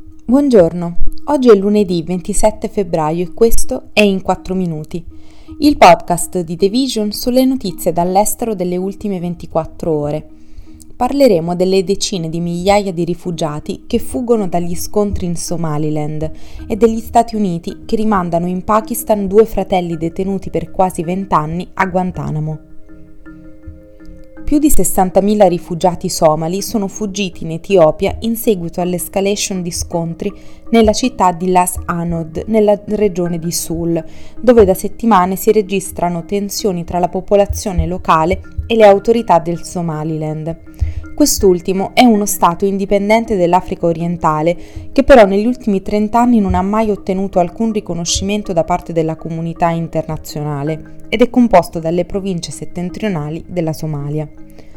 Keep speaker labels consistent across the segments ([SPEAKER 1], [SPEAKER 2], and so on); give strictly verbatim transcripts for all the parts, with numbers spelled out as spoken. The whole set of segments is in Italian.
[SPEAKER 1] Buongiorno, oggi è lunedì ventisette febbraio e questo è In quattro minuti, il podcast di The Vision sulle notizie dall'estero delle ultime ventiquattro ore. Parleremo delle decine di migliaia di rifugiati che fuggono dagli scontri in Somaliland e degli Stati Uniti che rimandano in Pakistan due fratelli detenuti per quasi vent'anni a Guantanamo. Più di sessantamila rifugiati somali sono fuggiti in Etiopia in seguito all'escalation di scontri nella città di Las Anod, nella regione di Sul, dove da settimane si registrano tensioni tra la popolazione locale e le autorità del Somaliland. Quest'ultimo è uno stato indipendente dell'Africa orientale che però negli ultimi trent'anni non ha mai ottenuto alcun riconoscimento da parte della comunità internazionale ed è composto dalle province settentrionali della Somalia.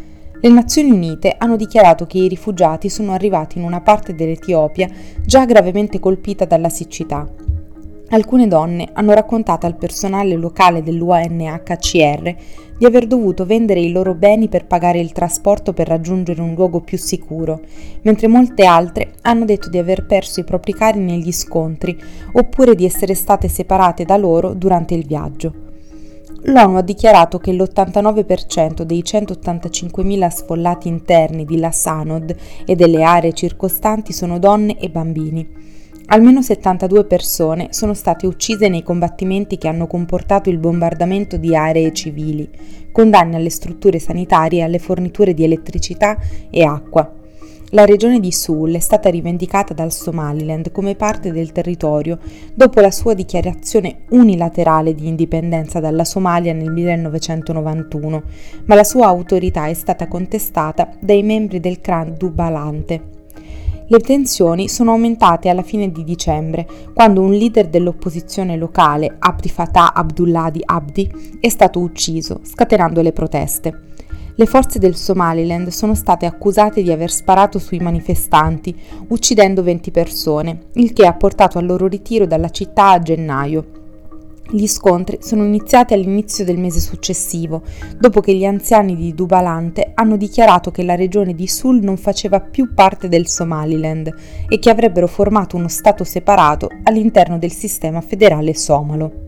[SPEAKER 1] Le Nazioni Unite hanno dichiarato che i rifugiati sono arrivati in una parte dell'Etiopia già gravemente colpita dalla siccità. Alcune donne hanno raccontato al personale locale dell'U N H C R di aver dovuto vendere i loro beni per pagare il trasporto per raggiungere un luogo più sicuro, mentre molte altre hanno detto di aver perso i propri cari negli scontri oppure di essere state separate da loro durante il viaggio. L'ONU ha dichiarato che l'ottantanove per cento dei centottantacinquemila sfollati interni di Las Anod e delle aree circostanti sono donne e bambini. Almeno settantadue persone sono state uccise nei combattimenti che hanno comportato il bombardamento di aree civili, con danni alle strutture sanitarie e alle forniture di elettricità e acqua. La regione di Sul è stata rivendicata dal Somaliland come parte del territorio dopo la sua dichiarazione unilaterale di indipendenza dalla Somalia nel millenovecentonovantuno, ma la sua autorità è stata contestata dai membri del clan Dubalante. Le tensioni sono aumentate alla fine di dicembre, quando un leader dell'opposizione locale, Abdi Fattah Abdullahi Abdi, è stato ucciso, scatenando le proteste. Le forze del Somaliland sono state accusate di aver sparato sui manifestanti, uccidendo venti persone, il che ha portato al loro ritiro dalla città a gennaio. Gli scontri sono iniziati all'inizio del mese successivo, dopo che gli anziani di Dubalante hanno dichiarato che la regione di Sul non faceva più parte del Somaliland e che avrebbero formato uno stato separato all'interno del sistema federale somalo.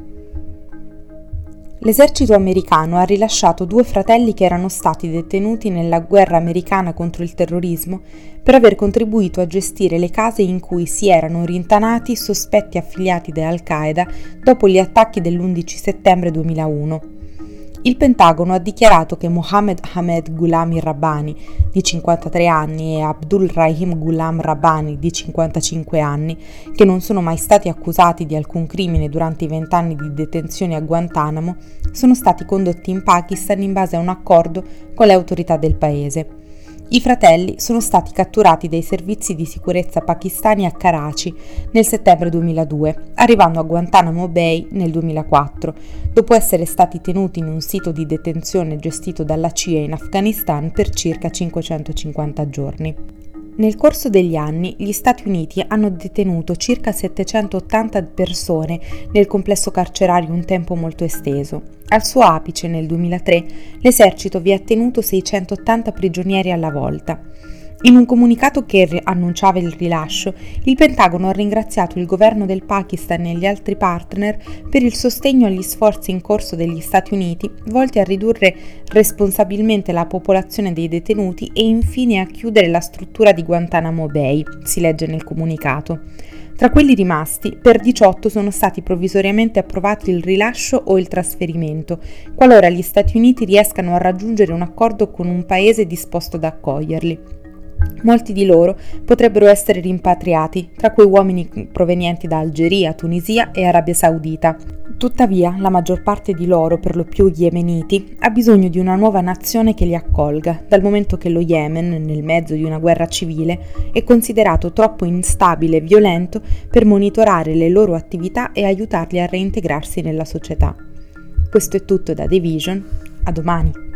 [SPEAKER 1] L'esercito americano ha rilasciato due fratelli che erano stati detenuti nella guerra americana contro il terrorismo per aver contribuito a gestire le case in cui si erano rintanati sospetti affiliati da Al-Qaeda dopo gli attacchi dell'undici settembre duemilauno. Il Pentagono ha dichiarato che Mohammed Ahmed Gulami Rabbani, di cinquantatré anni, e Abdul Rahim Ghulam Rabbani, di cinquantacinque anni, che non sono mai stati accusati di alcun crimine durante i vent'anni di detenzione a Guantanamo, sono stati condotti in Pakistan in base a un accordo con le autorità del paese. I fratelli sono stati catturati dai servizi di sicurezza pakistani a Karachi nel settembre duemiladue, arrivando a Guantanamo Bay nel duemilaquattro, dopo essere stati tenuti in un sito di detenzione gestito dalla C I A in Afghanistan per circa cinquecentocinquanta giorni. Nel corso degli anni gli Stati Uniti hanno detenuto circa settecentottanta persone nel complesso carcerario un tempo molto esteso. Al suo apice nel duemilatré l'esercito vi ha tenuto seicentottanta prigionieri alla volta. In un comunicato che annunciava il rilascio, il Pentagono ha ringraziato il governo del Pakistan e gli altri partner per il sostegno agli sforzi in corso degli Stati Uniti volti a ridurre responsabilmente la popolazione dei detenuti e infine a chiudere la struttura di Guantanamo Bay, si legge nel comunicato. Tra quelli rimasti, per diciotto sono stati provvisoriamente approvati il rilascio o il trasferimento, qualora gli Stati Uniti riescano a raggiungere un accordo con un paese disposto ad accoglierli. Molti di loro potrebbero essere rimpatriati, tra cui uomini provenienti da Algeria, Tunisia e Arabia Saudita. Tuttavia, la maggior parte di loro, per lo più yemeniti, ha bisogno di una nuova nazione che li accolga, dal momento che lo Yemen, nel mezzo di una guerra civile, è considerato troppo instabile e violento per monitorare le loro attività e aiutarli a reintegrarsi nella società. Questo è tutto da The Vision, a domani!